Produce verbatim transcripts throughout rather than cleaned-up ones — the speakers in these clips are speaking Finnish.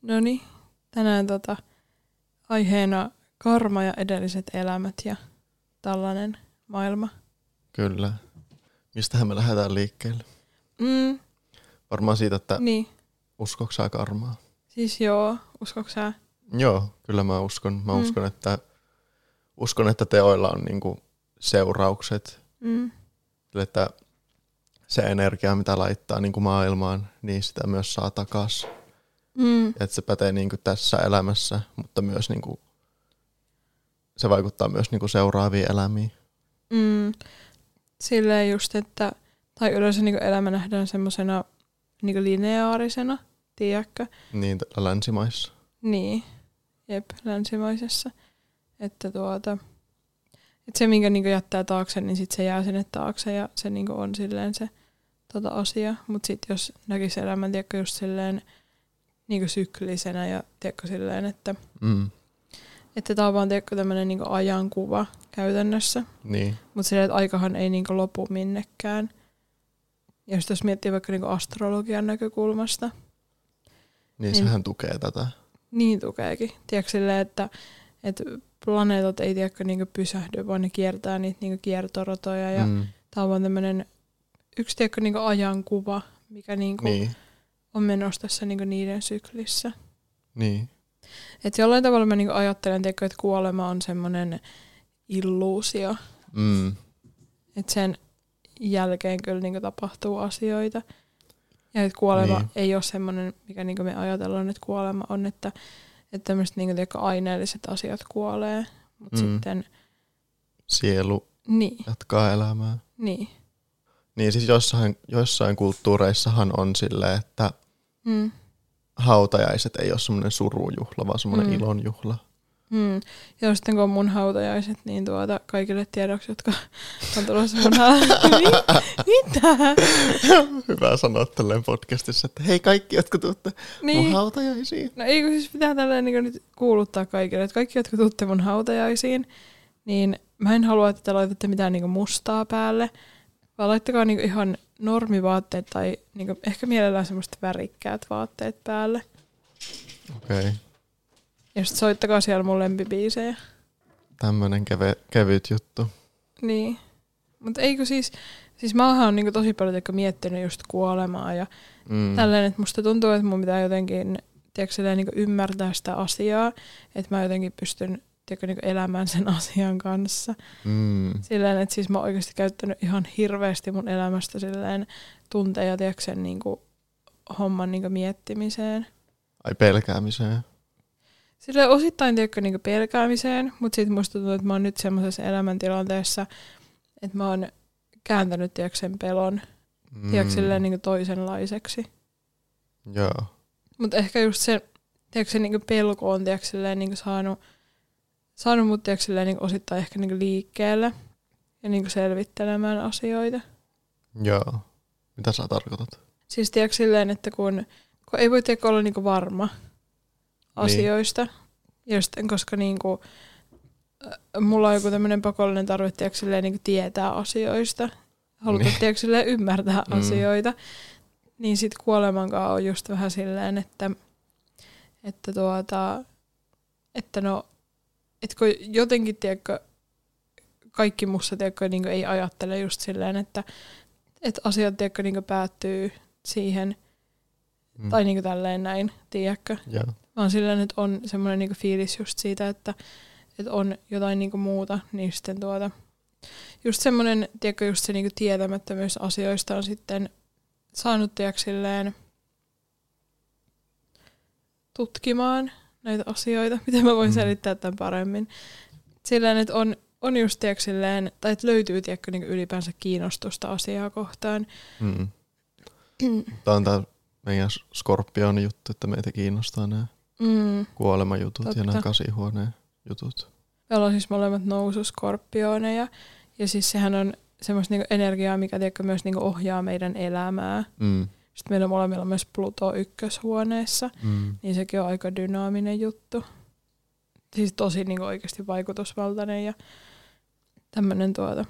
Noniin, tänään tota, aiheena karma ja edelliset elämät ja tällainen maailma. Kyllä. Mistähän me lähdetään liikkeelle? Mm, Varmaan siitä, että niin, uskoks sä karmaa? siis joo, uskoks sä? Joo, kyllä mä uskon. Mä Mm. uskon, että, uskon, että teoilla on niinku seuraukset. Mm, Että se energia, mitä laittaa niinku maailmaan, niin sitä myös saa takas. mm, Että se pätee niinku tässä elämässä, mutta myös niinku, se vaikuttaa myös niinku seuraaviin elämiin. mm. Silleen just, että, tai yleensä niinku elämä nähdään semmosena niinku lineaarisena, tiedätkö? Niin täällä länsimaissa. Niin, jep, länsimaisessa. Että tuota, että se minkä niinku jättää taakse, niin sit se jää sinne taakse ja se niinku on silleen se tota asia. Mut sit jos näkisi elämän, tiedätkö, just silleen niinku syklisenä ja tiedätkö silleen, että Mm. että tää on vaan tiedätkö tämmönen niinku ajankuva käytännössä. Niin. Mut silleen, että aikahan ei niinku lopu minnekään. Ja just jos miettii vaikka niinku astrologian näkökulmasta, Niin, Niin. sehän tukee tätä. niin tukeekin. Tiedätkö silleen, että, että planeetat ei tiedätkö niinku pysähdy, vaan ne kiertää niitä niinku kiertoratoja. Ja Mm. tää on vaan tämmönen yksi tiedätkö niinku ajankuva, mikä niinku Niin. on menossa tässä niinku niiden syklissä. Niin. Et jollain tavalla mä niinku ajattelen, tiedätkö, että kuolema on semmonen illuusio. Mm. Että sen jälkeen kyllä niinku tapahtuu asioita. Ja että kuolema Niin. ei ole semmoinen, mikä niinku me ajatellaan, että kuolema on, että, että tämmöiset niinku, tiedätkö, aineelliset asiat kuolee. Mutta Mm. sitten, Sielu niin, jatkaa elämää. niin. Niin siis jossain, joissain kulttuureissahan on silleen, että Mm, hautajaiset ei ole semmoinen surujuhla, vaan semmoinen Mm. ilonjuhla. mm. Ja sitten kun on mun hautajaiset, niin tuota kaikille tiedoksi, jotka on tulossa mun hautajaiset. Mitä? Hyvä sanoa tälleen podcastissa, että hei kaikki, jotka tuutte mun Niin. hautajaisiin. No ei, kun siis pitää tälleen niin nyt kuuluttaa kaikille, että kaikki, jotka tuutte mun hautajaisiin, niin mä en halua, että te laitatte mitään niin mustaa päälle, vaan laittakaa niin ihan normivaatteet tai niin ehkä mielellään semmoiset värikkäät vaatteet päälle. Okei, okay. Ja sitten soittakaa siellä mun lempibiisejä. Tämmönen keve, kevyt juttu. Niin. Mutta eikö siis, siis mä oon niin tosi paljon miettinyt just kuolemaa ja Mm. tälleen, että musta tuntuu, että mun pitää jotenkin tiedätkö, silleen, niin ymmärtää sitä asiaa, että mä jotenkin pystyn tiedätkö, niin elämään sen asian kanssa. Mm. Silleen, että siis mä oon oikeasti käyttänyt ihan hirveästi mun elämästä silleen tunteja tiedätkö, sen niin kuin, homman niin kuin miettimiseen. Ai pelkäämiseen. Silleen osittain tiedätkö, niin kuin pelkäämiseen, mutta sitten musta tuntuu, että mä oon nyt semmoisessa elämäntilanteessa, että mä oon kääntänyt tiedätkö, sen pelon Mm. tiedätkö, silleen, niin kuin toisenlaiseksi. Joo. Mutta ehkä just se, tiedätkö, se niinku pelko on tiedätkö, silleen, niinku saanut, saanut mut tiedätkö, silleen, niinku osittain ehkä niinku liikkeelle ja niinku selvittelemään asioita. Joo. Mitä sä tarkoitat? Siis tiedätkö, silleen, että kun, kun ei voi tiedätkö, olla niinku varma asioista. Ja sitten, koska niinku, äh, mulla on joku tämmöinen pakollinen tarve tiedätkö, silleen, niinku tietää asioista. Halutaan Niin. tiedätkö, silleen, ymmärtää Mm. asioita. Niin sit kuolemankaan on just vähän silleen, että, että, tuota, että no, että kun jotenkin, tiedätkö, kaikki musta, tiedätkö, niin ei ajattele just silleen, että, että asiat, tiedätkö, niin päättyy siihen, Mm. tai niin tälleen näin, tiedätkö. Joo. Vaan silleen, että on semmoinen niin fiilis just siitä, että, että on jotain niin muuta, niin sitten tuota, just semmoinen, tiedätkö, just se niin tietämättömyys asioista on sitten saanut tiedätkö, silleen tutkimaan näitä asioita. Miten mä voin Mm. selittää tämän paremmin? Silleen, että on, on just tiedätkö, silleen, tai että löytyy tiedätkö, niin ylipäänsä kiinnostusta asiaa kohtaan. Mm. Tämä on tämä meidän skorpioni juttu, että meitä kiinnostaa nämä Mm, kuolemajutut Totta. ja nämä kasihuoneen jutut. me ollaan siis molemmat noususkorpioneja. Ja siis sehän on semmoista niinku energiaa, mikä tiedätkö, myös niinku ohjaa meidän elämää. Mm. Sitten meillä molemmilla on myös Pluto ykköshuoneessa. Mm. Niin sekin on aika dynaaminen juttu. Siis tosi niin oikeasti vaikutusvaltainen ja tämmöinen tuota,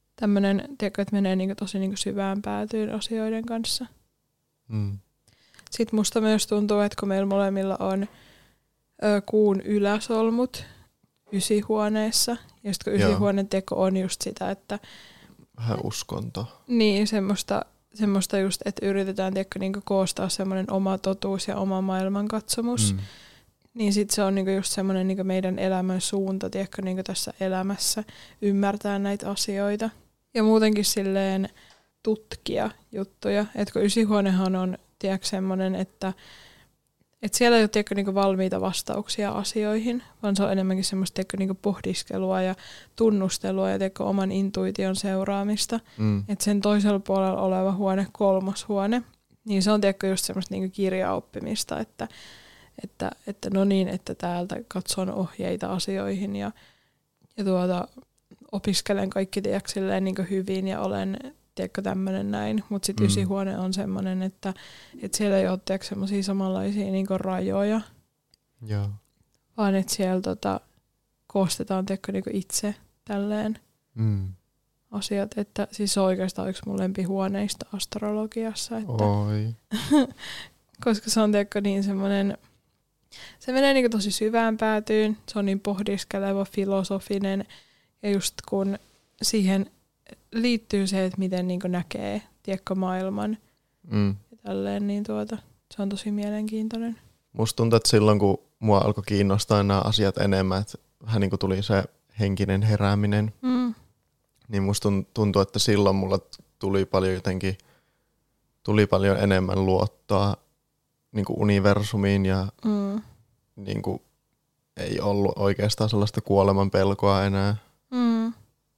tämmöinen, tiedätkö, että menee niin tosi niin syvään päätyyn asioiden kanssa. Mm. Sitten musta myös tuntuu, että kun meillä molemmilla on ö, kuun yläsolmut ysihuoneessa, ja sitten kun ysihuoneen teko on just sitä, että vähän uskonto. Niin, semmoista, semmoista just, että yritetään tiedätkö, niinku koostaa semmoinen oma totuus ja oma maailmankatsomus. Mm. Niin sitten se on niinku just semmoinen niinku meidän elämän suunta tiedätkö, niinku tässä elämässä, ymmärtää näitä asioita. Ja muutenkin silleen tutkia juttuja. Että kun ysihuonehan on tiedätkö, semmoinen, että et siellä ei ole tiedätkö, niinku valmiita vastauksia asioihin, vaan se on enemmänkin semmoista tiedätkö, niinku pohdiskelua ja tunnustelua ja tiedätkö, oman intuition seuraamista. Mm. Että sen toisella puolella oleva huone, kolmas huone, niin se on tiedätkö, just semmoista niinku kirjaoppimista, että, että, että no niin, että täältä katson ohjeita asioihin ja, ja tuota, opiskelen kaikki tiedätkö, silleen, niinku hyvin ja olen tiedätkö, tämmöinen näin, mutta sitten mm. ysihuone on semmoinen, että, että siellä ei ole semmoisia samanlaisia niinku rajoja, Joo. vaan että siellä tota, koostetaan tiedätkö, niinku itse tälleen mm. asiat, että siis se on oikeastaan yksi mun lempihuoneista astrologiassa, että Oi. koska se on tiedätkö, niin semmoinen, se menee niinku tosi syvään päätyyn, se on niin pohdiskeleva, filosofinen ja just kun siihen liittyy se, että miten niin näkee tiedätkö, maailman mm. ja tälleen, niin tuota, se on tosi mielenkiintoinen. Musta tuntuu, että silloin kun mua alkoi kiinnostaa nämä asiat enemmän, että vähän niin kuin tuli se henkinen herääminen, mm. niin musta tuntuu, että silloin mulla tuli paljon jotenkin, tuli paljon enemmän luottoa niin kuin universumiin ja mm. niin kuin ei ollut oikeastaan sellaista kuoleman pelkoa enää. Mm.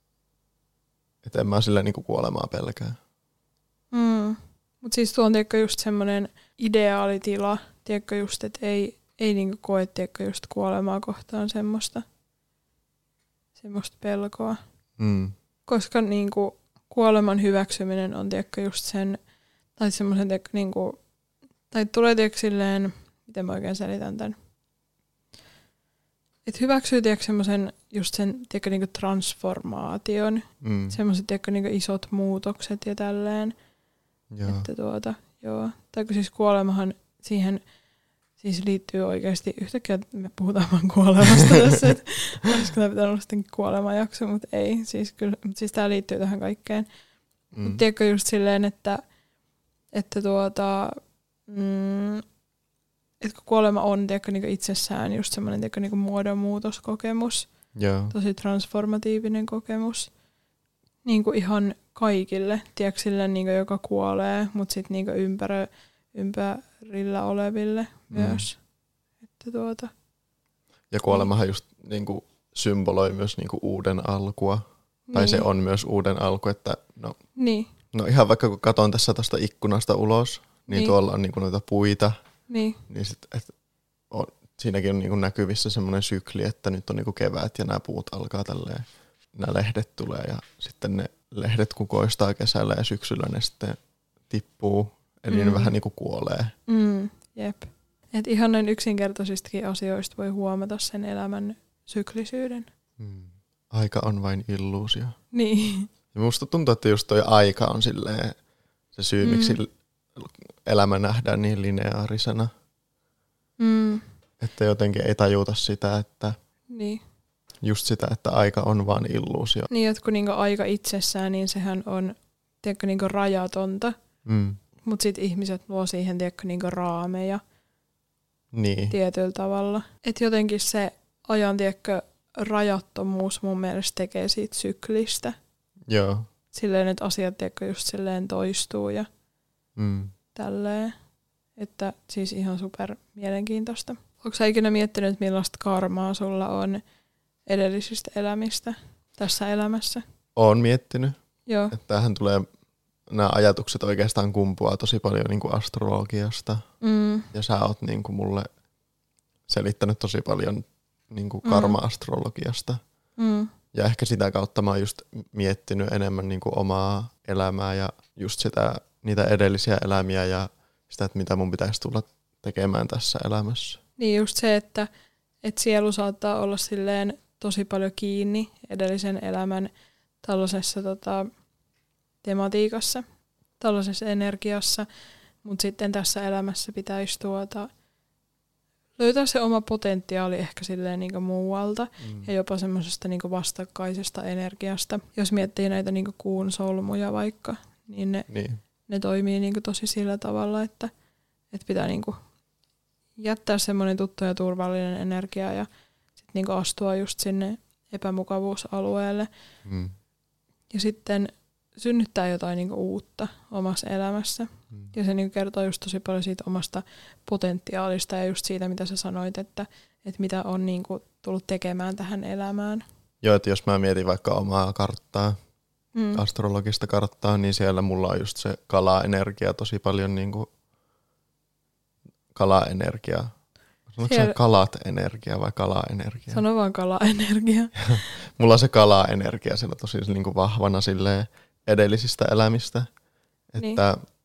Että en mä silleen niinku kuolemaa pelkää. Mm. Mutta siis tuo on tiedätkö, just semmoinen ideaalitila, tiedätkö, just, että ei, ei niinku koe tiedätkö, just kuolemaa kohtaan semmoista, semmoista pelkoa. Mm. Koska niinku, kuoleman hyväksyminen on tiedätkö, just sen, tai semmoisen, tiedätkö, niinku, tai tulee tiedätkö, silleen, miten mä oikein selitän tämän. Että hyväksyy tiedätkö, semmoisen just sen tiedätkö, niinku transformaation, mm. semmoiset tiedätkö, niinku isot muutokset ja tälleen. Joo. Että tuota, joo. Tai kun siis kuolemahan siihen siis liittyy oikeasti yhtäkkiä, me puhutaan vaan kuolemasta tässä, että olisiko tämä pitänyt olla sitten kuolemajakso, mutta ei. Siis, kyllä, siis tämä liittyy tähän kaikkeen. Mm. Mutta tiedätkö just silleen, että, että tuota... Mm, että kun kuolema on tiedätkö, niin itsessään just semmoinen tiedätkö, niin muodonmuutoskokemus, yeah. tosi transformatiivinen kokemus, niin kuin ihan kaikille, tiedätkö, sille, niin kuin, joka kuolee, mutta sitten niin ympärö, ympärillä oleville mm. myös. Että tuota. Ja kuolemahan just niin kuin, symboloi myös niin kuin, uuden alkua, niin. Tai se on myös uuden alku, että no, niin. no ihan vaikka kun katson tässä tuosta ikkunasta ulos, niin, niin. tuolla on niin kuin, noita puita. Niin. Niin sit, et on, siinäkin on niinku näkyvissä semmoinen sykli, että nyt on niinku kevät ja nämä puut alkaa tälleen, nämä lehdet tulee ja sitten ne lehdet kukoistaa kesällä ja syksyllä ne sitten tippuu, eli mm. ne vähän niinku kuolee. Mm, jep. Et ihan noin yksinkertaisistakin asioista voi huomata sen elämän syklisyyden. Mm. Aika on vain illuusio. Niin. Ja musta tuntuu, että just toi aika on silleen se syy, mm. miksi elämä nähdään niin lineaarisena, mm. että jotenkin ei tajuta sitä, että niin. just sitä, että aika on vaan illuusio. Niin, että kun niinku aika itsessään, niin sehän on tiedätkö, niinku rajatonta, mm. mutta sitten ihmiset luo siihen tiedätkö, niinku raameja niin. tietyllä tavalla. Että jotenkin se ajan tiedätkö, rajattomuus mun mielestä tekee siitä syklistä. Joo. Silleen, että asiat tiedätkö, just silleen toistuu ja mm. tälleen, että siis ihan super mielenkiintoista. Onko sä ikinä miettinyt, millaista karmaa sulla on edellisistä elämistä tässä elämässä? Oon miettinyt. Joo. Että tämähän tulee, nämä ajatukset oikeastaan kumpuaa tosi paljon niin kuin astrologiasta. Mm. Ja sä oot niin kuin mulle selittänyt tosi paljon niin kuin karma-astrologiasta. Mm. Ja ehkä sitä kautta mä oon just miettinyt enemmän niin kuin omaa elämää ja just sitä niitä edellisiä elämiä ja sitä, että mitä mun pitäisi tulla tekemään tässä elämässä. Niin just se, että, että sielu saattaa olla silleen tosi paljon kiinni edellisen elämän tällaisessa tota, tematiikassa, tällaisessa energiassa, Mutta sitten tässä elämässä pitäisi tuota, löytää se oma potentiaali ehkä silleen niinku muualta mm. ja jopa semmoisesta niinku vastakkaisesta energiasta. Jos miettii näitä niinku kuun solmuja vaikka, niin ne, niin. ne toimii niinku tosi sillä tavalla, että, että pitää niinku jättää semmoinen tuttu ja turvallinen energia ja sit niinku astua just sinne epämukavuusalueelle. Mm. Ja sitten synnyttää jotain niinku uutta omassa elämässä. Mm. Ja se niinku kertoo just tosi paljon siitä omasta potentiaalista ja just siitä, mitä sä sanoit, että, että mitä on niinku tullut tekemään tähän elämään. Joo, että jos mä mietin vaikka omaa karttaa, mm. astrologista karttaa, niin siellä mulla on just se kala-energia tosi paljon niinku kala-energia. Sanoitko siellä... sä kalat-energia vai kala-energia? Sano vaan kala-energia. Mulla on se kala-energia siellä tosi niinku vahvana silleen edellisistä elämistä, että niin.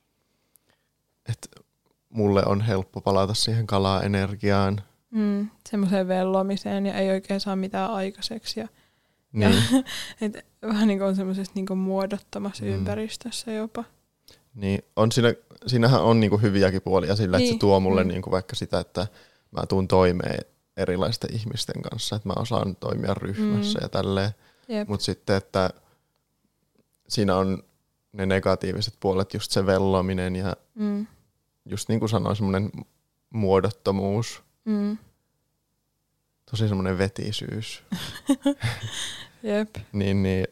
et mulle on helppo palata siihen kala-energiaan. Mm, semmoiseen vellomiseen ja ei oikein saa mitään aikaiseksi. Ja, niin. ja, et vähän niin kuin on semmoisessa niin kuin muodottomassa mm. ympäristössä jopa. Niin, on siinä, siinähän on niin kuin hyviäkin puolia sillä, niin. että se tuo mulle mm. niin kuin vaikka sitä, että mä tuun toimeen erilaisten ihmisten kanssa, että mä osaan toimia ryhmässä mm. ja tälleen. Mutta sitten, että siinä on ne negatiiviset puolet, just se vellominen ja mm. just niin kuin sanoin, semmoinen muodottomuus. Mm. Tosi semmoinen vetisyys. Jep. niin, niin,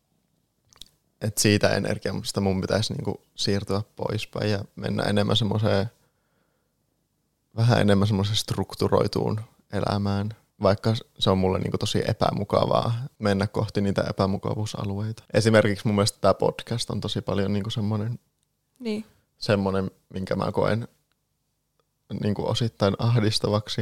että siitä energiasta mun pitäisi niinku siirtyä poispäin ja mennä enemmän semmoiseen, vähän enemmän semmoiseen strukturoituun elämään. Vaikka se on mulle niinku tosi epämukavaa mennä kohti niitä epämukavuusalueita. Esimerkiksi mun mielestä tämä podcast on tosi paljon niinku semmoinen, niin. semmoinen, minkä mä koen niinku osittain ahdistavaksi.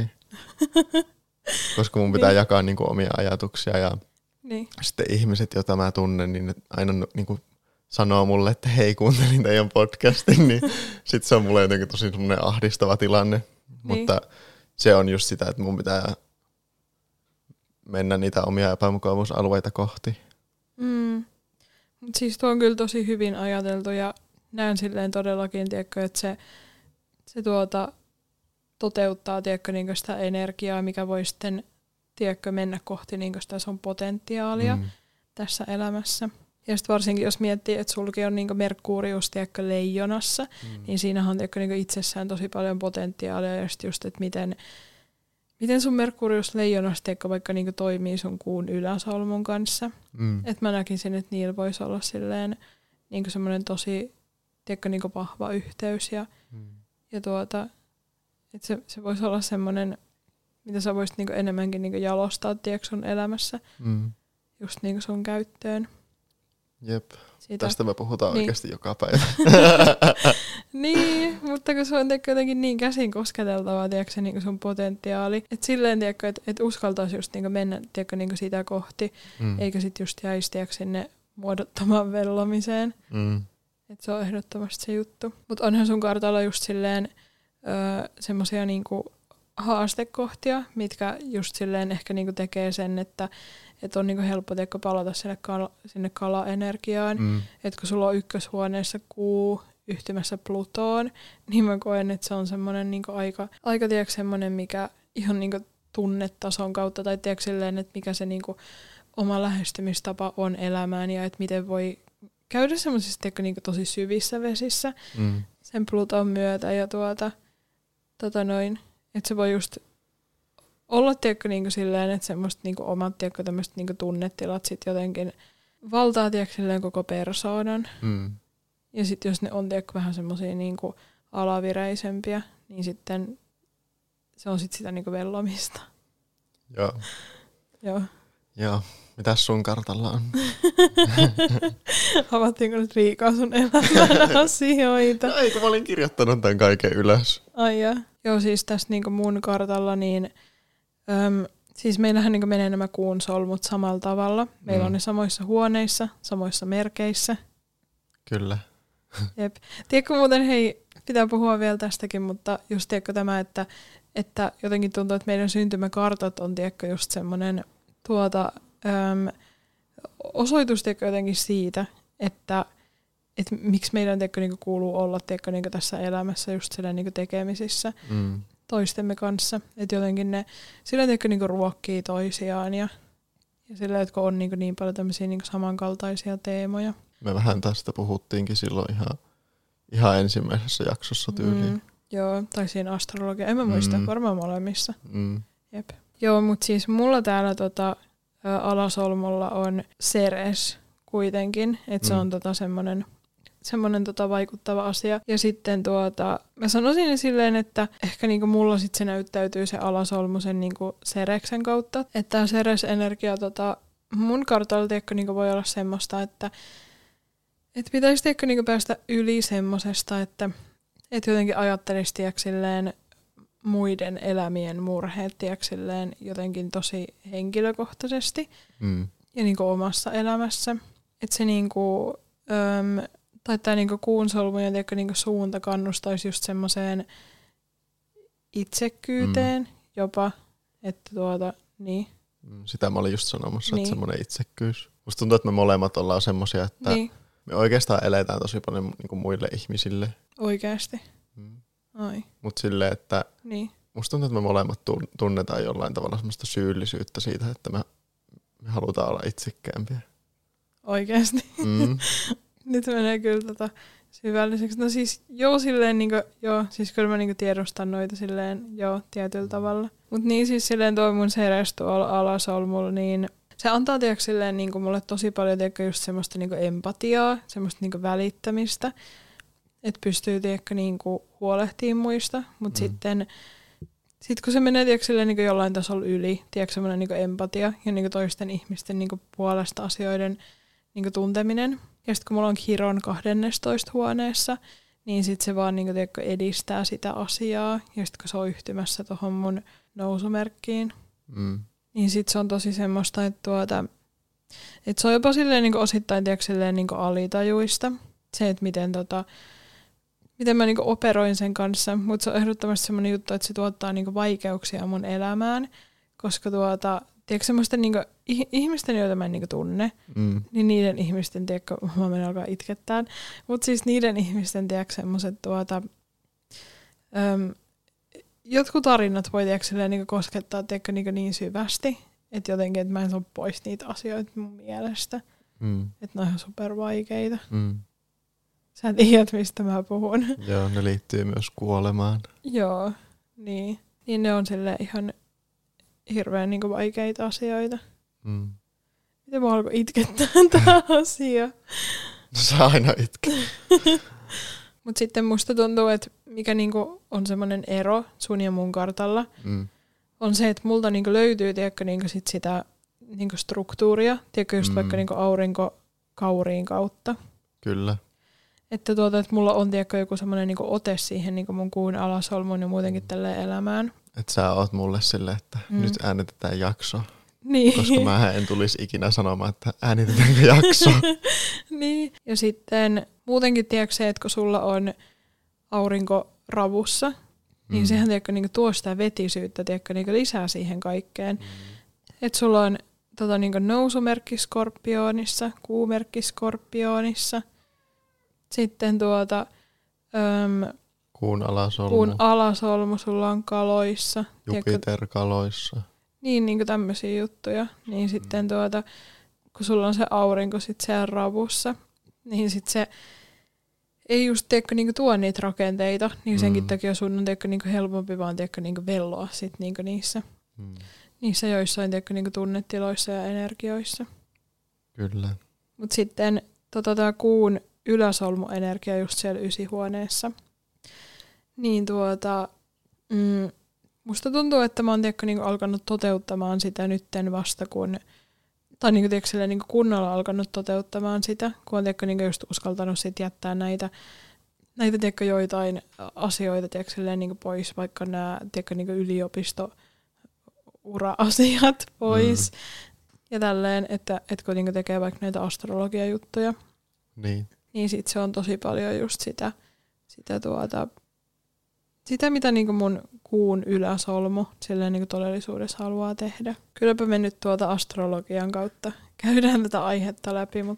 Koska mun pitää niin. jakaa niinku omia ajatuksia ja niin. sitten ihmiset, joita mä tunnen, niin ne aina niinku sanoo mulle, että hei, kuuntelin teidän podcastin, niin sit se on mulle jotenkin tosi semmoinen ahdistava tilanne. Niin. Mutta se on just sitä, että mun pitää mennä niitä omia epämukavuusalueita kohti. Mm. Siis tuo on kyllä tosi hyvin ajateltu ja näen silleen todellakin, tiedätkö, että se, se tuota, toteuttaa tiedätkö, niin sitä energiaa, mikä voi sitten tiedätkö, mennä kohti niin sitä sun potentiaalia mm. tässä elämässä. Ja sitten varsinkin, jos miettii, että sulki on niin Merkurius tiedätkö, leijonassa, mm. niin siinähän on tiedätkö, niin itsessään tosi paljon potentiaalia. Ja just, just että miten, miten sun Merkurius leijonassa tiedätkö, vaikka niin toimii sun kuun yläsolmun kanssa. Mm. Että mä näkisin, että niillä voisi olla silleen niin semmoinen tosi tiedätkö, niin vahva yhteys. Ja, mm. ja tuota, että se, se voisi olla semmoinen, mitä sä voisit niinku enemmänkin niinku jalostaa tiedätkö, sun elämässä mm. just niinku sun käyttöön. Jep, siitä. Tästä me puhutaan niin. oikeasti joka päivä. Niin, mutta kun se on tiedätkö, jotenkin niin käsin kosketeltavaa tiedätkö, se niinku sun potentiaali, että silleen tiedätkö, että et uskaltaisi just niinku mennä tiedätkö, niinku sitä kohti, mm. eikä sit just jäisi tiedätkö, sinne muodottomaan vellomiseen. Mm. Että se on ehdottomasti se juttu. Mutta onhan sun kartalla just silleen öö, semmosia niinku haastekohtia, mitkä just silleen ehkä niinku tekee sen, että et on niinku helppo teikö palata sinne, kala, sinne kala-energiaan. Mm. Että kun sulla on ykköshuoneessa kuu yhtymässä Plutoon, niin mä koen, että se on semmoinen niinku aika, aika tiedätkö, semmoinen, mikä ihan niinku tunnetason kautta, tai tiedätkö silleen, että mikä se niinku oma lähestymistapa on elämään, ja että miten voi käydä semmoisissa tiedätkö, niinku tosi syvissä vesissä mm. sen Pluton myötä, ja tuota, tota noin, että se voi just olla tiedätkö, niinku silleen, että semmoista niinku omat tiedätkö, tämmöiset niinku tunnetilat sit jotenkin valtaa tiedätkö, silleen koko persoonan. Mm. Ja sitten jos ne on tiedätkö, vähän semmoisia niinku alavireisempiä, niin sitten se on sitten sitä niinku vellomista. Joo. Joo. Joo. Mitäs sun kartalla on? Avattiinko nyt liikaa sun elämän asioita? No ei, kun mä olin kirjoittanut tämän kaiken ylös. Ai ja. Joo, siis tässä niinku mun kartalla, niin öm, siis meillähän niinku menee nämä kuun solmut samalla tavalla. Meillä mm. on ne samoissa huoneissa, samoissa merkeissä. Kyllä. Jep. Tiedätkö muuten, hei, pitää puhua vielä tästäkin, mutta just tiedätkö tämä, että, että jotenkin tuntuu, että meidän syntymäkartat on tiedätkö just semmoinen tuota... Öm, osoitus tiedätkö jotenkin siitä, että että miksi meidän tiedätkö, niinku kuuluu olla tiedätkö, niinku tässä elämässä just silleen, niinku tekemisissä mm. toistemme kanssa. Että jotenkin ne silleen tiedätkö, niinku ruokkii toisiaan ja, ja silleen, että on niinku niin paljon tämmöisiä niinku samankaltaisia teemoja. Me vähän tästä puhuttiinkin silloin ihan, ihan ensimmäisessä jaksossa tyyliin. Mm. Joo, tai siinä astrologia. En mä muista, mm. varmaan molemmissa. Mm. Jep. Joo, mutta siis mulla täällä tota, ä, alasolmulla on Ceres kuitenkin, että mm. se on tota semmoinen semmoinen tota vaikuttava asia. Ja sitten tuota, mä sanoisin silleen, että ehkä niinku mulla sit se näyttäytyy se alasolmu sen niinku Cereksen kautta. Että tää Ceres-energia tota, mun kartalla tiedätkö, niinku voi olla semmoista, että et pitäisi tiedätkö, niinku päästä yli semmosesta, että et jotenkin ajattelisi tiedätkö, silleen, muiden elämien murheet tiedätkö, silleen, jotenkin tosi henkilökohtaisesti mm. ja niinku omassa elämässä. Että se niinku, öm, tai tämä niinku kuun solmujen tiedätkö, niinku suunta kannustaisi just semmoiseen itsekkyyteen mm. jopa, että tuota, niin. Sitä mä olin just sanomassa, niin. Että semmoinen itsekkyys. Musta tuntuu, että me molemmat ollaan semmoisia, että niin. Me oikeastaan eletään tosi paljon niinku muille ihmisille. Oikeasti? Mm. Ai. Mut silleen, että niin. Musta tuntuu, että me molemmat tunnetaan jollain tavalla semmoista syyllisyyttä siitä, että me, me halutaan olla itsekkäämpiä. Oikeasti? Mm. Nyt menee kyllä tota syvälliseksi. No siis joo silleen niinku, joo, siis kyllä mä niinku tiedostan noita silleen, joo, tietyllä mm. tavalla. Mut niin siis silleen toi mun Ceres tuolla alasolmulla, niin se antaa tiedätkö silleen niinku mulle tosi paljon tiedätkö just semmoista niinku empatiaa, semmoista niinku välittämistä, että pystyy tiedätkö niinku huolehtimaan muista, mut mm. sitten Sitten kun se menee tiedätkö, silleen, niin jollain tasolla yli, tiedätkö, semmoinen niin empatia ja niin toisten ihmisten niin puolesta asioiden niin tunteminen. Ja sitten kun mulla on Chiron kahdennessatoista huoneessa, niin sitten se vaan niin tiedätkö, edistää sitä asiaa. Ja sitten kun se on yhtymässä tuohon mun nousumerkkiin, mm. niin sitten se on tosi semmoista, että, tuota, että se on jopa silleen, niin osittain tiedätkö, silleen, niin alitajuista. Se, että miten tota... miten mä niinku operoin sen kanssa, mutta se on ehdottomasti semmoinen juttu, että se tuottaa niinku vaikeuksia mun elämään, koska tuota, tiedätkö semmoisten niinku ihmisten, joita mä en niinku tunne, mm. niin niiden ihmisten, tiedätkö, mä menen alkaa itkettään, mutta siis niiden ihmisten, tiedätkö, semmoiset tuota, äm, jotkut tarinat voi, tiedätkö, niinku koskettaa, tiedätkö, niinku niin syvästi, että jotenkin, että mä en saa pois niitä asioita mun mielestä, mm. että ne on ihan supervaikeita. Mm. Sä tiedät, mistä mä puhun. Joo, ne liittyy myös kuolemaan. Joo, niin. Niin ne on silleen ihan hirveän niinku vaikeita asioita. Mm. Miten mä alkoi itkettää tää asia? No sä aina itket. Mut sitten musta tuntuu, että mikä niinku on semmoinen ero sun ja mun kartalla, mm. on se, että multa niinku löytyy tiedätkö, niinku sit sitä niinku struktuuria, tiedätkö, just mm. vaikka niinku aurinkokauriin kautta. Kyllä. Että, tuota, että mulla on tiedätkö, joku semmoinen niinku ote siihen niinku mun kuun alasolmuun ja muutenkin tälleen elämään. Että sä oot mulle silleen, että mm. nyt äänitetään jakso. Niin. Koska mä en tulisi ikinä sanomaan, että äänitetäänkö jakso. Niin. Ja sitten muutenkin tiedätkö se, että kun sulla on aurinko ravussa, niin mm. sehän tiedätkö, niinku tuo sitä vetisyyttä tiedätkö, niinku lisää siihen kaikkeen. Mm. Että sulla on tota, niinku nousumerkki Skorpionissa, kuumerkki Skorpionissa. Sitten tuota... Öm, kuun alasolmu. Kuun alasolmu sulla on kaloissa. Jupiter tiedätkö, kaloissa. Niin, niin kuin tämmöisiä juttuja. Niin sitten mm. tuota, kun sulla on se aurinko sit siellä ravussa, niin sit se ei just tiedätkö, niinku tuo niitä rakenteita, niin senkin mm. takia sun on tiedätkö, niinku helpompi vaan tiedätkö, niinku velloa sit niinku niissä, mm. niissä joissain tiedätkö, niinku tunnetiloissa ja energioissa. Kyllä. Mut sitten tota, tää kuun yläsolmuenergia just siellä ysihuoneessa. Niin tuota, mm, musta tuntuu, että mä oon tiedätkö, niinku alkanut toteuttamaan sitä nytten vasta, kun, tai niinku, tiedätkö, niinku kunnolla alkanut toteuttamaan sitä, kun on tiedätkö, niinku just uskaltanut sit jättää näitä, näitä tiedätkö, joitain asioita tiedätkö, niinku pois, vaikka nämä tiedätkö, niinku yliopisto-ura-asiat pois. Mm. Ja tälleen, että, että kun niinku tekee vaikka näitä astrologiajuttuja, niin, niin sit se on tosi paljon just sitä, sitä tuota... Sitä, mitä niinku mun kuun yläsolmu silleen niinku todellisuudessa haluaa tehdä. Kylläpä me nyt tuota astrologian kautta käydään tätä aihetta läpi, mutta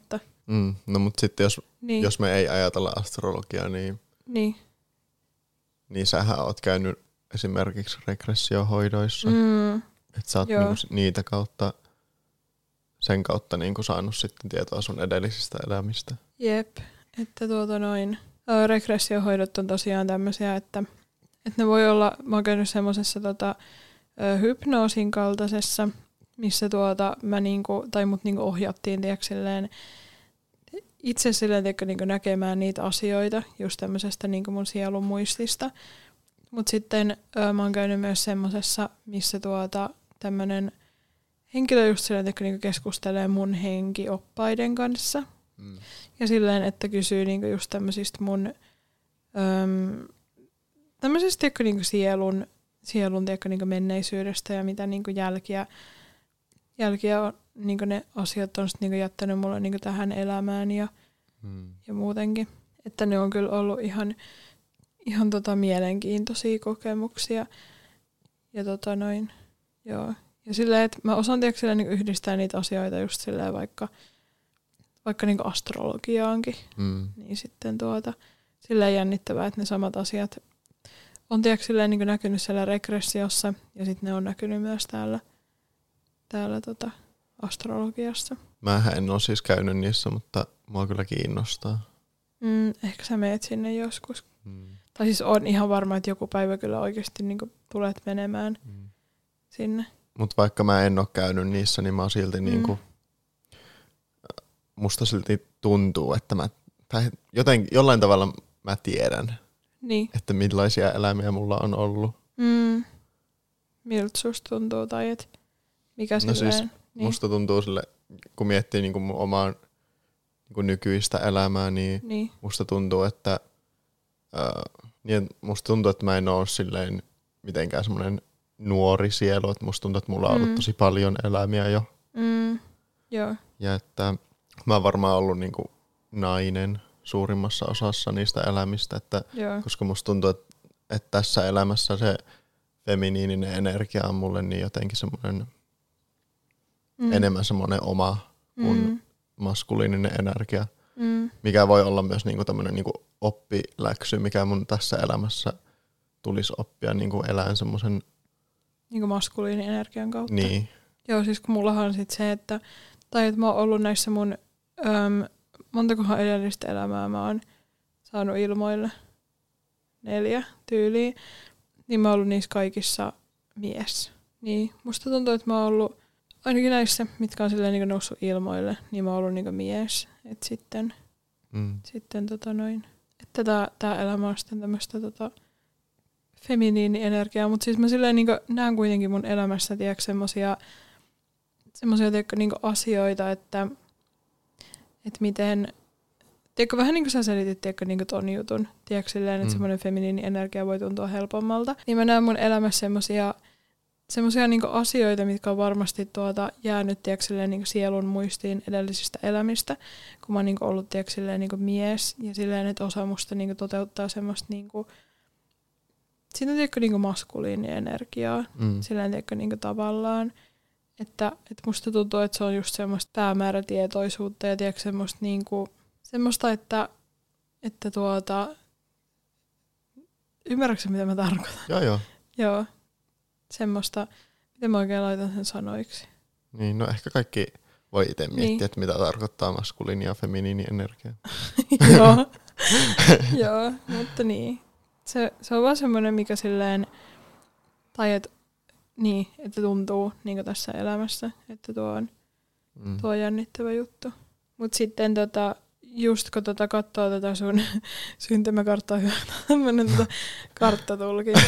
Mm, no mutta sitten jos, niin. jos me ei ajatella astrologiaa, niin, niin. niin sähän oot käynyt esimerkiksi regressiohoidoissa. Mm. Että sä oot niinku niitä kautta, sen kautta niinku saanut sitten tietoa sun edellisistä elämistä. Jep, että tuota noin. Regressiohoidot on tosiaan tämmöisiä, että, että ne voi olla, mä oon käynyt semmosessa tota, hypnoosin kaltaisessa, missä tuota mä niinku, tai mut niinku ohjattiin tiedätkö, silleen, itse silleen tiedätkö, niinku näkemään niitä asioita just tämmöisestä niinku mun sielun muistista. Mut sitten ö, mä oon käynyt myös semmosessa, missä tuota tämmönen henkilö just silleen tiedätkö, niinku keskustelee mun henkioppaiden kanssa. Mm. Ja silleen, että kysyy niinku just tämmöisistä mun öm, tämmöisestä tiedätkö, niinku sielun, sielun tiedätkö, niinku menneisyydestä ja mitä niinku jälkiä jälkiä on, niinku ne asiat on sit niinku jättänyt mulle niinku tähän elämään ja, hmm. ja muutenkin. Että ne on kyllä ollut ihan, ihan tota mielenkiintoisia kokemuksia. Ja tota noin, joo. Ja silleen, että mä osaan tiedätkö, silleen, niinku yhdistää niitä asioita just silleen vaikka, vaikka niinku astrologiaankin. Hmm. Niin sitten tuota, silleen jännittävää, että ne samat asiat on tiedätkö, silleen, niinku näkynyt siellä regressiossa ja sitten ne on näkynyt myös täällä täällä tota astrologiassa. Mähän en ole siis käynyt niissä, mutta mua kyllä kiinnostaa. Mm, ehkä sä meet sinne joskus. Mm. Tai siis on ihan varma, että joku päivä kyllä oikeasti niinku tulet menemään mm. sinne. Mutta vaikka mä en ole käynyt niissä, niin mä oon silti mm. niinku, musta silti tuntuu, että mä, tai joten, jollain tavalla mä tiedän, niin. että millaisia elämiä mulla on ollut. Mm. Miltä susta tuntuu tai et mikä no silleen? Siis niin. Musta tuntuu sille, kun miettii niinku mun omaa niinku nykyistä elämää, niin, niin musta tuntuu, että äh, niin musta tuntuu, että mä en oo silleen mitenkään semmoinen nuori sielu, että musta tuntuu, että mulla on mm. ollut tosi paljon elämiä jo. Mm. Joo. Ja että mä oon varmaan ollut niinku nainen suurimmassa osassa niistä elämistä, että koska musta tuntuu, että, että tässä elämässä se feminiininen energia on mulle niin jotenkin semmoinen mm. enemmän semmoinen oma kuin mm. maskuliininen energia, mm. mikä voi olla myös niinku tämmöinen niinku oppiläksy, mikä mun tässä elämässä tulisi oppia niinku elään semmoisen niinku maskuliinin energian kautta. Niin. Joo, siis kun mullahan on sit se, että tai että mä oon ollut näissä mun äm, montakohan edellistä elämää mä oon saanut ilmoille neljä tyyliä, niin mä oon ollut niissä kaikissa mies. Niin musta tuntuu, että mä oon ollut ainakin näissä, mitkä on silleen niin noussut ilmoille, niin mä oon ollut niin mies. Että sitten, mm. sitten tota noin. Että tää, tää elämä on sitten tämmöistä tota feminiini-energiaa. Mutta siis mä silleen niin näen kuitenkin mun elämässä, tiedätkö, semmosia, semmosia tiedätkö, niin asioita, että, että miten, tiedätkö, vähän niin kuin sä selitit, tiedätkö, niin ton jutun, tiedätkö, silleen, että mm. semmoinen feminiini-energia voi tuntua helpommalta. Niin mä näen mun elämässä semmosia semmoisia niinku asioita, mitkä on varmasti tuota jäänyt tiedätkö, niinku sielun muistiin edellisistä elämistä, kun mä oon niinku ollut tiedätkö, niinku mies ja silleen, että osa musta niinku toteuttaa semmoista niinku, siinä on tiedätkö, niinku maskuliinia energiaa, mm. silleen tiedätkö, niinku tavallaan, että, että musta tuntuu, että se on just semmoista päämäärätietoisuutta ja tiedätkö, semmoista, niinku, semmoista että, että tuota, ymmärrätkö mitä mä tarkoitan? Joo, joo. Joo. Semmoista, miten mä oikein laitan sen sanoiksi. Niin, no ehkä kaikki voi itse miettiä, niin. Että mitä tarkoittaa maskuliini ja feminiini energia. Joo, joo, mutta niin. Se, se on vaan semmoinen, mikä silleen, tai et, niin, että tuntuu niin tässä elämässä, että tuo on, mm. tuo on jännittävä juttu. Mutta sitten tota, just kun tota katsoo tätä sun syntymäkarttaa, tämmöinen tota karttatulkinta.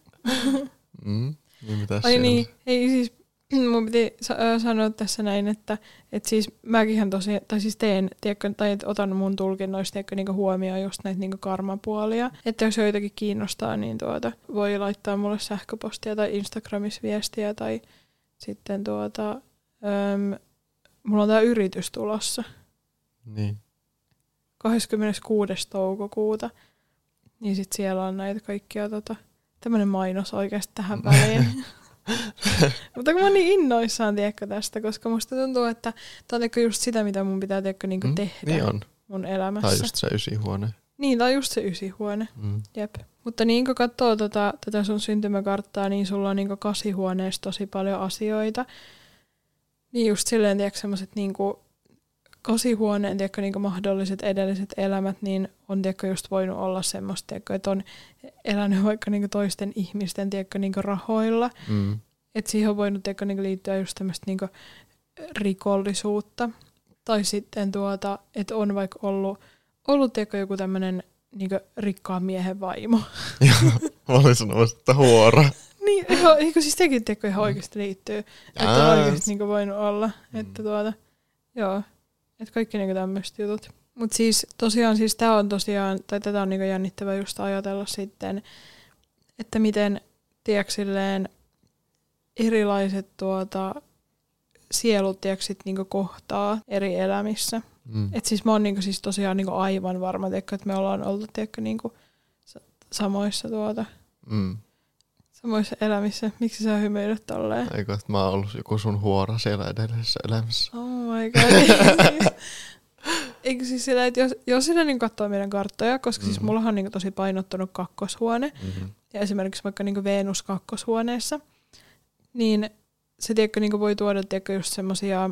mm. Niin, mitäs Ai siellä? niin, ei siis, mun piti sanoa tässä näin, että et siis mäkinhän tosiaan, tai siis teen, tiedätkö, tai et otan mun tulkinnoista tiedätkö, niinku huomioon just näitä niinku karmapuolia. Että jos joitakin kiinnostaa, niin tuota, voi laittaa mulle sähköpostia tai Instagramissa viestiä tai sitten tuota, äm, mulla on tää yritys tulossa. Niin. kahdeskymmeneskuudes toukokuuta, niin sit siellä on näitä kaikkia tota, tämmönen mainos oikeasti tähän väliin. Mutta kun mä oon niin innoissaan, tiedätkö, tästä, koska musta tuntuu, että tää on just sitä, mitä mun pitää tiedätkö, niin mm, tehdä niin on. mun elämässä. Tai just se ysihuone. Niin, tai just se ysihuone. Mm. Jep. Mutta niin kun katsoo tota, tätä sun syntymäkarttaa, niin sulla on niin kasihuoneessa tosi paljon asioita. Niin just silleen, tiedätkö, semmoset niin kasihuoneen, tiedätkö, niin mahdolliset edelliset elämät, niin on tiedätkö, just voinut olla semmoista, tiedätkö, että on elänyt vaikka niin toisten ihmisten tiedätkö, niin rahoilla. Mm. Että siihen on voinut tiedätkö, niin liittyä just tämmöistä niin rikollisuutta. Tai sitten tuota, että on vaikka ollut, ollut tiedätkö, joku tämmöinen niin rikkaan miehen vaimo. Joo, mä olin sanomassa, että huora. Niin, eikö siis tekin tiedätkö, ihan oikeasti liittyy. Että on oikeasti niin voinut olla. Mm. Että tuota, joo. Että kaikki niinku tämmöiset jutut. Mutta siis tosiaan, siis tää on tosiaan, tai tätä on niinku jännittävää just ajatella sitten, että miten, tiedätkö, silleen erilaiset tuota, sielut, tiedätkö, sit niinku kohtaa eri elämissä. Mm. Että siis mä oon niinku siis tosiaan niinku aivan varma, tiedätkö, että me ollaan oltu, tiedätkö, niinku samoissa tuota, mm. samoissa elämissä. Miksi sä hymyilet tolleen? Eikö, että mä oon ollut joku sun huora siellä edellisessä elämässä. Oh my god. Eikö siis sillä, että jos, jos sillä niin katsoo meidän karttoja, koska mm-hmm. siis mullahan on niin tosi painottunut kakkoshuone, mm-hmm. ja esimerkiksi vaikka niin Venus kakkoshuoneessa, niin se tiedätkö, niin voi tuoda tiedätkö, just semmosia,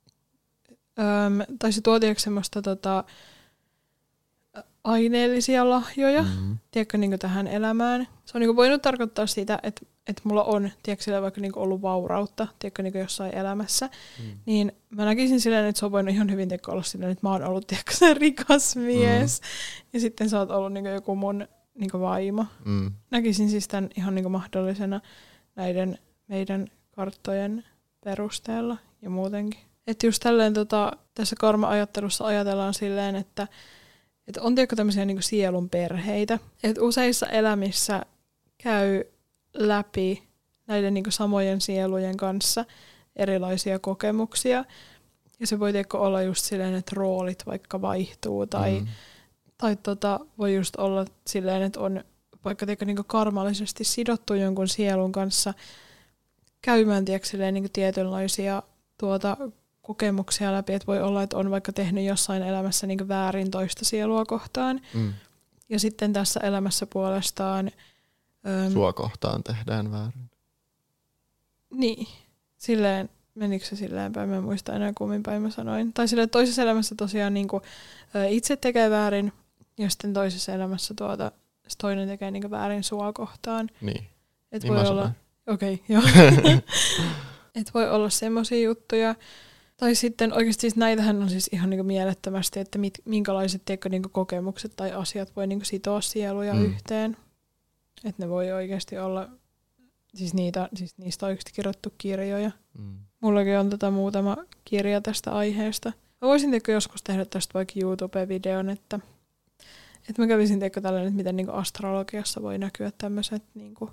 tai se tuo tiedätkö, semmoista tota, aineellisia lahjoja, mm-hmm. tiedätkö, niin tähän elämään. Se on niin voinut tarkoittaa sitä, että, että mulla on tiedätkö, sillä vaikka niin ollut vaurautta tiedätkö, niin jossain elämässä. Mm. Niin mä näkisin silleen, että se on voinut ihan hyvin tiedätkö, olla silleen, että mä oon ollut tiedätkö, se rikas mies. Mm. Ja sitten sä oot ollut niin joku mun niin vaimo. Mm. Näkisin siis tämän ihan niin mahdollisena näiden meidän karttojen perusteella ja muutenkin. Että just tälleen tota, tässä karma-ajattelussa ajatellaan silleen, että että on tiedätkö tämmöisiä niin kuin sielun perheitä, että useissa elämissä käy läpi näiden niin kuin samojen sielujen kanssa erilaisia kokemuksia. Ja se voi tiedätkö olla just silleen, että roolit vaikka vaihtuu tai, mm. tai tota, voi just olla silleen, että on vaikka tiedätkö, niin kuin karmallisesti sidottu jonkun sielun kanssa käymään tiedätkö, silleen, niin kuin tietynlaisia tuota, kokemuksia läpi, että voi olla, että on vaikka tehnyt jossain elämässä niin väärin toista sielua kohtaan. Mm. Ja sitten tässä elämässä puolestaan... Äm, Sua kohtaan tehdään väärin. Niin. Silleen, menikö se silleen päin? Mä en muista enää kummin päin mä sanoin. Tai silleen, toisessa elämässä tosiaan niin kuin, ä, itse tekee väärin, ja sitten toisessa elämässä tuota, toinen tekee niin väärin sua kohtaan. Niin. Et niin voi olla... Okei, okay, joo. Että voi olla semmoisia juttuja. Tai sitten oikeasti siis näitähän on siis ihan niinku mielettömästi, että mit, minkälaiset tiedätkö, niinku kokemukset tai asiat voi niinku sitoa sieluja mm. yhteen. Että ne voi oikeasti olla, siis, niitä, siis niistä on oikeasti kirjoittu kirjoja. Mm. Mullakin on tota muutama kirja tästä aiheesta. Mä voisin tiedätkö, joskus tehdä tästä vaikka YouTube-videon, että, että mä kävisin tiedätkö, tällainen, että miten niinku astrologiassa voi näkyä tämmöiset niinku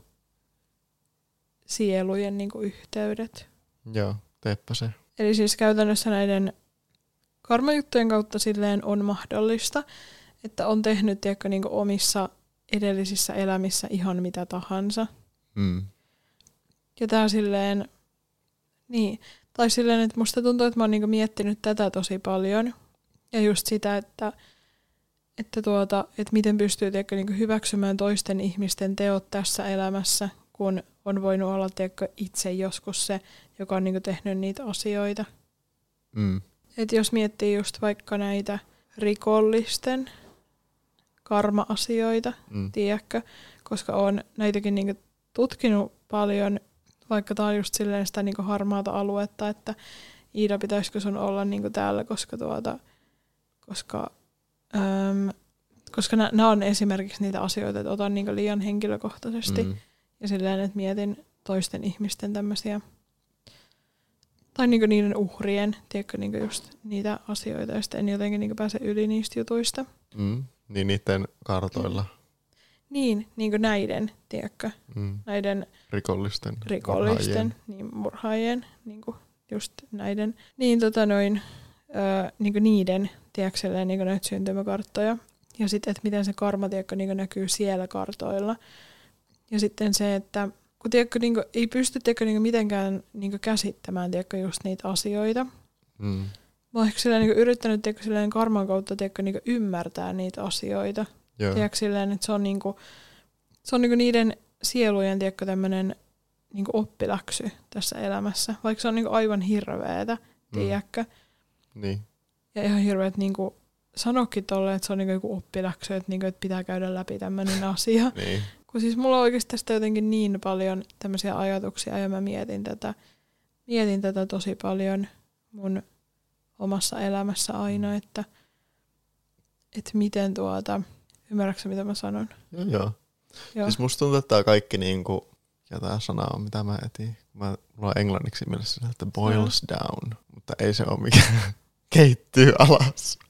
sielujen niinku yhteydet. Joo, teepä se. Eli siis käytännössä näiden karmajuttujen kautta silleen on mahdollista, että on tehnyt tiedätkö, niin kuin omissa edellisissä elämissä ihan mitä tahansa. Mm. Ja tää silleen, niin, tai silleen, että musta tuntuu, että mä oon niin kuin miettinyt tätä tosi paljon. Ja just sitä, että, että, tuota, että miten pystyy tiedätkö, niin kuin hyväksymään toisten ihmisten teot tässä elämässä, kun on voinut olla tiedätkö, itse joskus se, joka on niinku tehnyt niitä asioita. Mm. Et jos miettii just vaikka näitä rikollisten karma-asioita, mm. tiedätkö, koska on näitäkin niinku tutkinut paljon, vaikka tää on just silleen sitä niinku harmaata aluetta, että Iida, pitäisikö sun olla niinku täällä, koska, tuota, koska, äm, koska nämä on esimerkiksi niitä asioita, että otan niinku liian henkilökohtaisesti mm. ja silleen, että mietin toisten ihmisten tämmöisiä tai niinku niiden uhrien, tiedätkö, niinku just niitä asioita, ja sitten en jotenkin niinku pääse yli niistä jutuista. Mm, niin niiden kartoilla. Niin, niinku näiden, tiedätkö, mm. näiden rikollisten, rikollisten murhaajien, niin, murhaajien niinku just näiden, niin tota noin, öö, niinku niiden, tiedätkö, niinku näitä syntymäkarttoja. Ja sitten, että miten se karma, tiedätkö, niinku näkyy siellä kartoilla. Ja sitten se, että kun tiedätkö, niin kuin, ei pysty tiedätkö, niin kuin mitenkään niin kuin käsittämään tiedätkö, just niitä asioita. Mm. Mä oon ehkä silleen, niin kuin, yrittänyt tiedätkö, silleen, karman kautta tiedätkö, niin kuin, ymmärtää niitä asioita. Tiedätkö, silleen, että se on, niin kuin, se on niin kuin, niiden sielujen tiedätkö, tämmöinen niin kuin oppiläksy tässä elämässä. Vaikka se on niin kuin, aivan hirveetä, tiedätkö. Mm. Niin. Ja ihan hirveet niin kuin, sanokin tolle, että se on niin kuin, joku oppiläksy, että, niin kuin, että pitää käydä läpi tämmöinen asia. Niin. Kun siis mulla on oikeasti tästä jotenkin niin paljon tämmöisiä ajatuksia ja mä mietin tätä, mietin tätä tosi paljon mun omassa elämässä aina, että, että miten tuota, ymmärrätkö mitä mä sanon? Joo, joo. Joo. Siis musta tuntuu, että tää kaikki niinku, ja tää sana on mitä mä etin, mä, mulla on englanniksi mielessä, että boils no. down, mutta ei se ole mikään keittyy alas.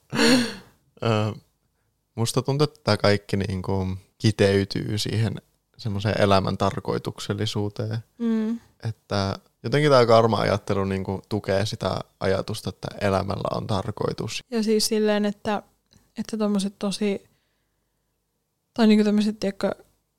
Musta tuntuu, että tää kaikki niinku kiteytyy siihen semmoiseen elämän tarkoituksellisuuteen. Mm. Että jotenkin tämä karma-ajattelu niinku tukee sitä ajatusta, että elämällä on tarkoitus. Ja siis silleen, että, että tommoset tosi, tai niinku tämmöiset, tiedätkö,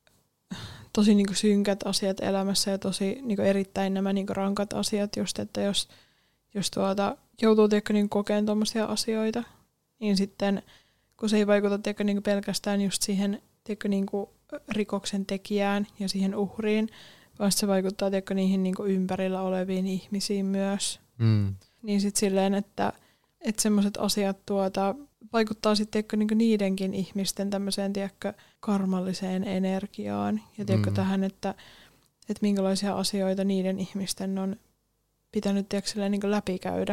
tosi niinku synkät asiat elämässä ja tosi niinku erittäin nämä niinku rankat asiat just, että jos, jos tuota, joutuu tiedätkö, niinku kokeen tommosia asioita, niin sitten kun se ei vaikuta tiedätkö, niinku pelkästään just siihen tiedätkö, niinku rikoksen tekijään ja siihen uhriin, vaan se vaikuttaa tiedätkö, niihin niinku ympärillä oleviin ihmisiin myös. Mm. Niin sitten silleen, että, että semmoiset asiat tuota, vaikuttaa sitten niinku niidenkin ihmisten tämmöiseen tiedätkö, karmalliseen energiaan ja tiedätkö, mm. tähän, että, että minkälaisia asioita niiden ihmisten on pitänyt tiedätkö, silleen, niinku läpikäydä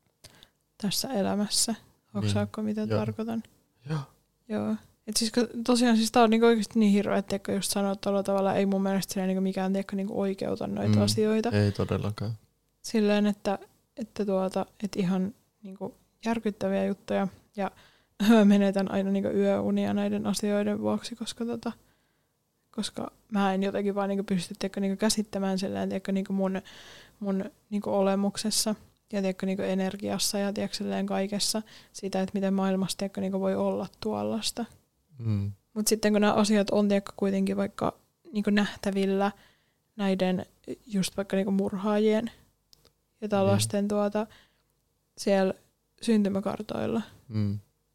tässä elämässä. Onko niin. Saakko mitä Joo. tarkoitan? Joo. Joo. Et siis, tosiaan siis tää on niinku oikeasti niin hirveä, että just sanoa tuolla tavalla ei mun mielestä niinku mikään tiedätkö, niinku oikeuta noita mm, asioita. Ei todellakaan. Silleen, että, että, tuota, että ihan niinku järkyttäviä juttuja ja menetän aina niinku yöunia näiden asioiden vuoksi, koska, tota, koska mä en jotenkin vaan niinku pysty tiedätkö, niinku käsittämään silleen, tiedätkö, niinku mun, mun niinku olemuksessa ja tiedätkö, niinku energiassa ja tiedätkö, silleen kaikessa sitä, että miten maailmassa tiedätkö, niinku voi olla tuollaista. Mm. Mutta sitten kun nämä asiat on tiedätkö, kuitenkin vaikka niinku nähtävillä näiden just vaikka niinku murhaajien ja tällaisten mm. tuota, siellä syntymäkartoilla. Mm.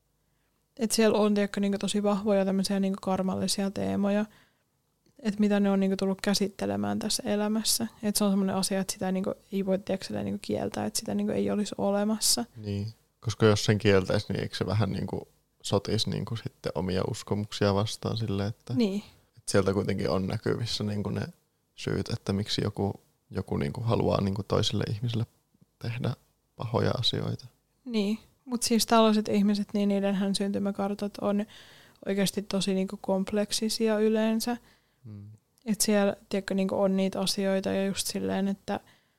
Että siellä on tiedätkö, niinku tosi vahvoja tämmöisiä niinku karmallisia teemoja, että mitä ne on niinku tullut käsittelemään tässä elämässä. Että se on semmoinen asia, että sitä niinku ei voi tiedätkö, niinku kieltää, että sitä niinku ei olisi olemassa. Niin, koska jos sen kieltäisi, niin eikö se vähän niinku sotisi niinku sitten omia uskomuksia vastaan silleen, että, niin. että sieltä kuitenkin on näkyvissä niinku ne syyt, että miksi joku, joku niinku haluaa niinku toiselle ihmiselle tehdä pahoja asioita. Niin, mutta siis tällaiset ihmiset, niin niidenhän syntymäkartat on oikeasti tosi niinku kompleksisia yleensä. Hmm. Että siellä tiedätkö, niinku on niitä asioita ja just silleen, että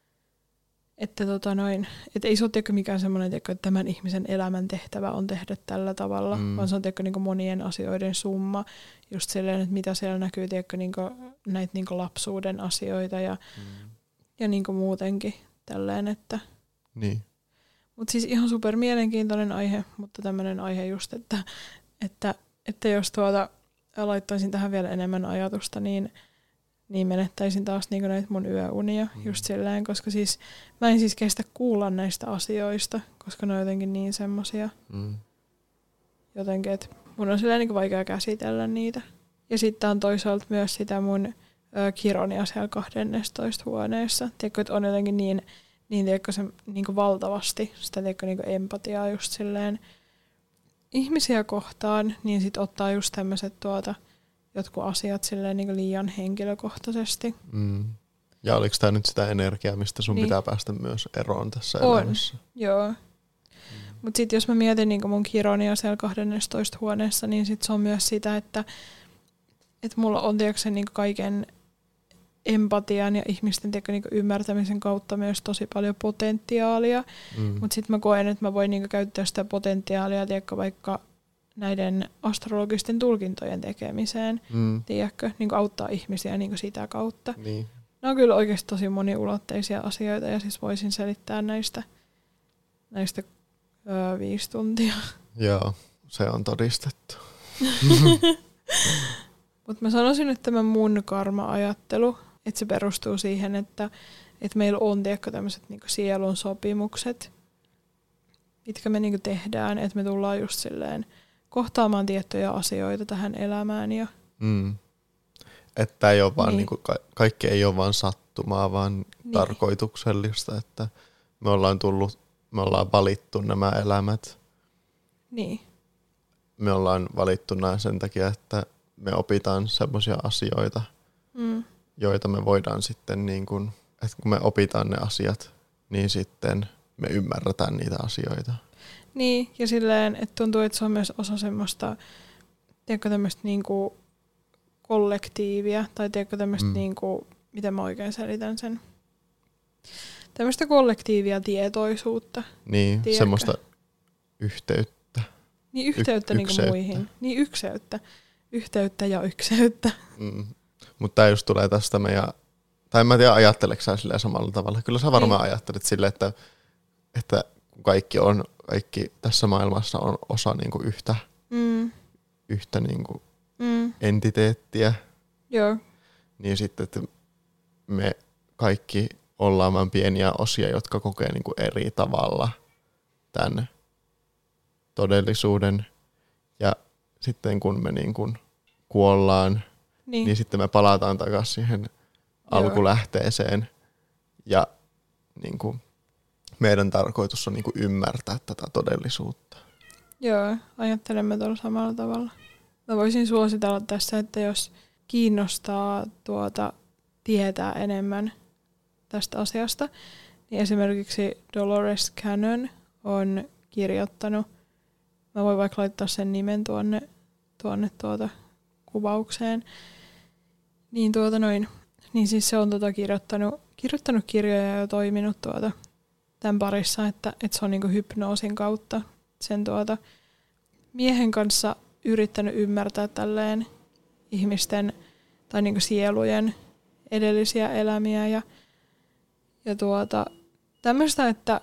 Että tota noin, et ei se ole tiedätkö, mikään semmoinen, tiedätkö, että tämän ihmisen elämän tehtävä on tehdä tällä tavalla, mm. vaan se on tiedätkö, niin monien asioiden summa. Just silleen, että mitä siellä näkyy, tiedätkö, niin näitä niin lapsuuden asioita ja, mm. ja niin muutenkin tälleen. Että. Niin. Mutta siis ihan super mielenkiintoinen aihe, mutta tämmöinen aihe just, että, että, että jos tuota, laittaisin tähän vielä enemmän ajatusta, niin niin menettäisin taas niinku näitä mun yöunia mm. just silleen, koska siis mä en siis kestä kuulla näistä asioista, koska ne on jotenkin niin semmosia. Mm. Jotenkin, että mun on silleen niinku vaikea käsitellä niitä. Ja sitten on toisaalta myös sitä mun ö, kironia siellä kahdennessatoista huoneessa. Tiedätkö, että on jotenkin niin, niin tiedätkö, se, niinku valtavasti sitä tiedätkö, niinku empatiaa just silleen ihmisiä kohtaan, niin sit ottaa just tämmöiset tuota jotkut asiat silleen niin kuin liian henkilökohtaisesti. Mm. Ja oliko tämä nyt sitä energiaa, mistä sun niin. pitää päästä myös eroon tässä on. elämässä? Joo. Mm. Mutta sitten jos mä mietin niin kuin mun kironia siellä kahdennessatoista huoneessa, niin sit se on myös sitä, että et mulla on tiedätkö, niin kuin kaiken empatian ja ihmisten tiedätkö, niin kuin ymmärtämisen kautta myös tosi paljon potentiaalia. Mm. Mutta sitten mä koen, että mä voin niin kuin käyttää sitä potentiaalia tiedätkö, vaikka näiden astrologisten tulkintojen tekemiseen, mm. tiedätkö, niin kuin auttaa ihmisiä niin kuin sitä kautta. Niin. Ne on kyllä oikeasti tosi moniulotteisia asioita, ja siis voisin selittää näistä, näistä öö, viisi tuntia. Joo, se on todistettu. Mutta mä sanoisin, että tämä mun karma-ajattelu, että se perustuu siihen, että, että meillä on tiedätkö tämmöiset niinku sielun sopimukset, mitkä me niinku tehdään, että me tullaan just silleen kohtaamaan tiettyjä asioita tähän elämään. Ja mm. Että ei ole vaan, niin. niinku, ka- kaikki ei ole vaan sattumaa, vaan niin. tarkoituksellista, että me ollaan tullut, me ollaan valittu nämä elämät. Niin. Me ollaan valittu nämä sen takia, että me opitaan semmoisia asioita, mm. joita me voidaan sitten, niin kun, että kun me opitaan ne asiat, niin sitten me ymmärretään niitä asioita. Niin, ja silleen, että tuntuu, että se on myös osa semmoista, tiedätkö, tämmöistä niinku kollektiivia, tai tiedätkö, tämmöistä, mm. niinku, miten mä oikein selitän sen, tämmöistä kollektiivia tietoisuutta. Niin, tiedätkö? Semmoista yhteyttä. Niin, yhteyttä y- niinku muihin. Niin, ykseyttä. Yhteyttä ja ykseyttä. Mm. Mutta tämä just tulee tästä meidän, tai en mä tiedä, ajatteleksä sä silleen samalla tavalla. Kyllä sä varmaan niin. ajattelet silleen, että, että kaikki, on, kaikki tässä maailmassa on osa niinku yhtä, mm. yhtä niinku mm. entiteettiä. Joo. Niin sitten, että me kaikki ollaan vain pieniä osia, jotka kokee niinku eri tavalla tämän todellisuuden. Ja sitten kun me niinku kuollaan, niin. niin sitten me palataan takaisin siihen Joo. alkulähteeseen. Ja niinku, meidän tarkoitus on niinku ymmärtää tätä todellisuutta. Joo, ajattelemme tuolla samalla tavalla. Mä voisin suositella tässä, että jos kiinnostaa tuota tietää enemmän tästä asiasta, niin esimerkiksi Dolores Cannon on kirjoittanut, mä voin vaikka laittaa sen nimen tuonne, tuonne tuota kuvaukseen, niin tuota noin, niin siis se on tuota kirjoittanut, kirjoittanut kirjoja ja toiminut tuota tämän parissa, että, että se on niinku hypnoosin kautta sen tuota miehen kanssa yrittänyt ymmärtää tälleen ihmisten tai niinku sielujen edellisiä elämiä ja, ja tuota, tämmöistä, että,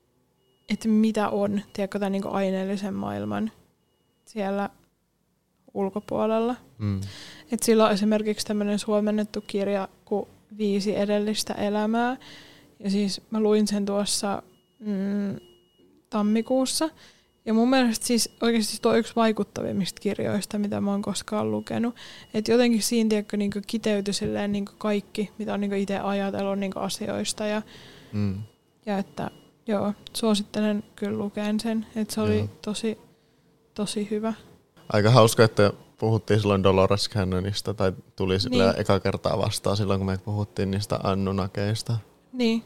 että mitä on, tiedätkö, tämän niinku aineellisen maailman siellä ulkopuolella. Mm. Et sillä on esimerkiksi tämmöinen suomennettu kirja kuin Viisi edellistä elämää. Ja siis mä luin sen tuossa mm, tammikuussa. Ja mun mielestä siis oikeasti tuo on yksi vaikuttavimmista kirjoista, mitä mä oon koskaan lukenut. Että jotenkin siinä tiedätkö, niin kiteytyi silleen niin kaikki, mitä on niin itse ajatellut niin asioista. Ja, mm. ja että joo, suosittelen kyllä lukeen sen. Että se oli tosi, tosi hyvä. Aika hauska, että puhuttiin silloin Dolores Cannonista, tai tuli silleen niin. eka kertaa vastaan silloin, kun me puhuttiin niistä Annunakeista. Niin.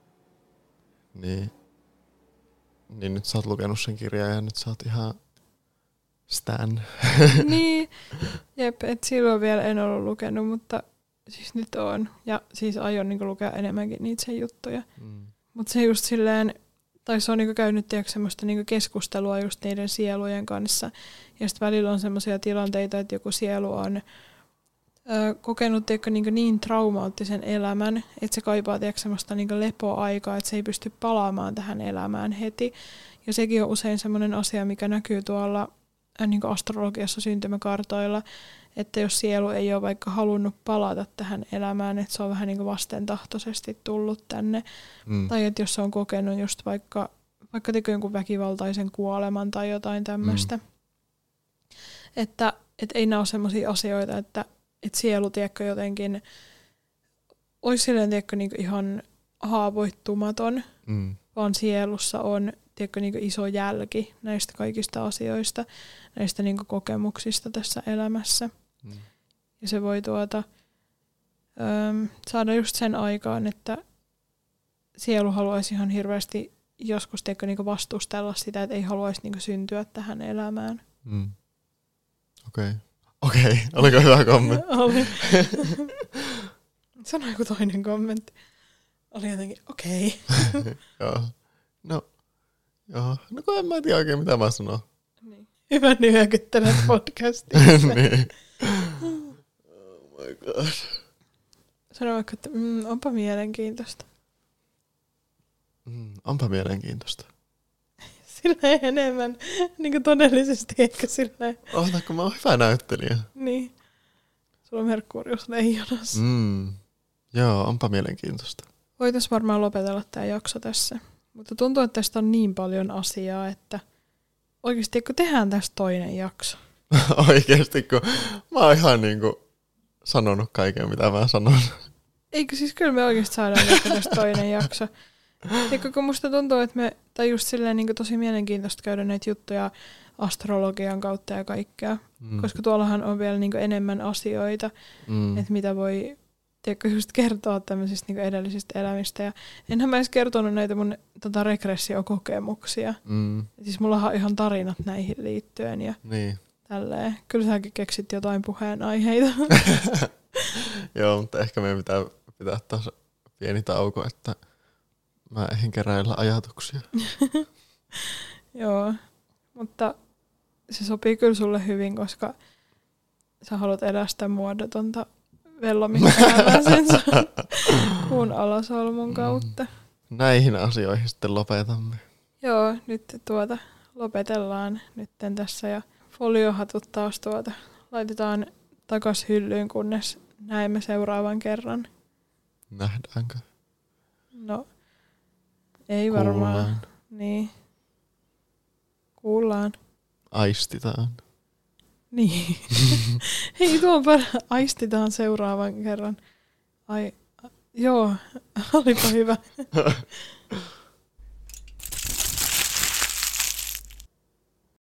Niin. Niin nyt sä oot lukenut sen kirjan ja nyt sä oot ihan stan. Niin, jep, et silloin vielä en ollut lukenut, mutta siis nyt on. Ja siis aion niinku lukea enemmänkin niitä sen juttuja. Mm. Mutta se just silleen, tai se on niinku käynyt tiedätkö, semmoista niinku keskustelua just niiden sielujen kanssa. Ja sitten välillä on semmoisia tilanteita, että joku sielu on ö, kokenut tiedätkö, niinku niin traumaattisen elämän, että se kaipaa tiedätkö, semmoista niinku lepoaikaa, että se ei pysty palaamaan tähän elämään heti. Ja sekin on usein semmoinen asia, mikä näkyy tuolla äh, niinku astrologiassa syntymäkartoilla, että jos sielu ei ole vaikka halunnut palata tähän elämään, että se on vähän niinku vastentahtoisesti tullut tänne. Mm. Tai että jos se on kokenut just vaikka, vaikka tekee jonkun väkivaltaisen kuoleman tai jotain tämmöistä. Mm. Että et ei nämä ole semmoisia asioita, että et sielu tiedätkö, jotenkin olisi silleen tiedätkö, niinku ihan haavoittumaton, mm. vaan sielussa on tiedätkö, niinku iso jälki näistä kaikista asioista, näistä niinku kokemuksista tässä elämässä. Mm. Ja se voi tuota, äm, saada just sen aikaan, että sielu haluaisi ihan hirveästi joskus tiedätkö, niinku vastustella sitä, että ei haluaisi niinku syntyä tähän elämään. Mm. Okei. Okay. Okei, okay. Oliko hyvä kommentti? Oli. Sano joku toinen kommentti. Oli jotenkin, okei. Okay. Joo. No, joo. No kun en mä tiedä oikein, mitä mä sanon. Niin. Hyvä nyökyttävät podcastissa. Niin. Oh my god. Sano vaikka, että mm, onpa mielenkiintoista. Mm, onpa mielenkiintoista. Silleen enemmän, niin kuin todellisesti ehkä silleen. Ota, kun mä oon hyvä näyttelijä. Niin. Sulla on Merkurius leijonassa. Mm. Joo, onpa mielenkiintoista. Voitaisiin varmaan lopetella tämä jakso tässä. Mutta tuntuu, että tästä on niin paljon asiaa, että oikeasti kun tehdään tästä toinen jakso. Oikeasti, kun mä oon ihan niinku sanonut kaiken, mitä mä sanon. Eikö siis kyllä me oikeasti saadaan tästä toinen jakso. Eikö kun musta tuntuu, että me, tai just silleen niin tosi mielenkiintoista käydä näitä juttuja astrologian kautta ja kaikkea. Mm. Koska tuollahan on vielä niin enemmän asioita, mm. että mitä voi tiedätkö, just kertoa tämmöisistä niin edellisistä elämistä. Ja enhän mä edes kertonut näitä mun tota, regressiokokemuksia. Mm. Siis mulla on ihan tarinat näihin liittyen ja niin. Tälleen. Kyllä säkin keksit jotain puheenaiheita. Joo, mutta ehkä meidän pitää pitää taas pieni tauko, että mä ehdin keräillä ajatuksia. Joo, mutta se sopii kyllä sulle hyvin, koska sä haluat elää sitä muodotonta vellomista sen kuun alasolmun kautta. Näihin asioihin sitten lopetamme. Joo, nyt tuota lopetellaan nytten tässä ja foliohatut taas tuota laitetaan takas hyllyyn, kunnes näemme seuraavan kerran. Nähdäänkö? No, ei varmaan. Kuullaan. Niin. Kuullaan. Aistitaan. Niin. Hei, tuon perään aistitaan seuraavan kerran. Ai, joo, olipa hyvä.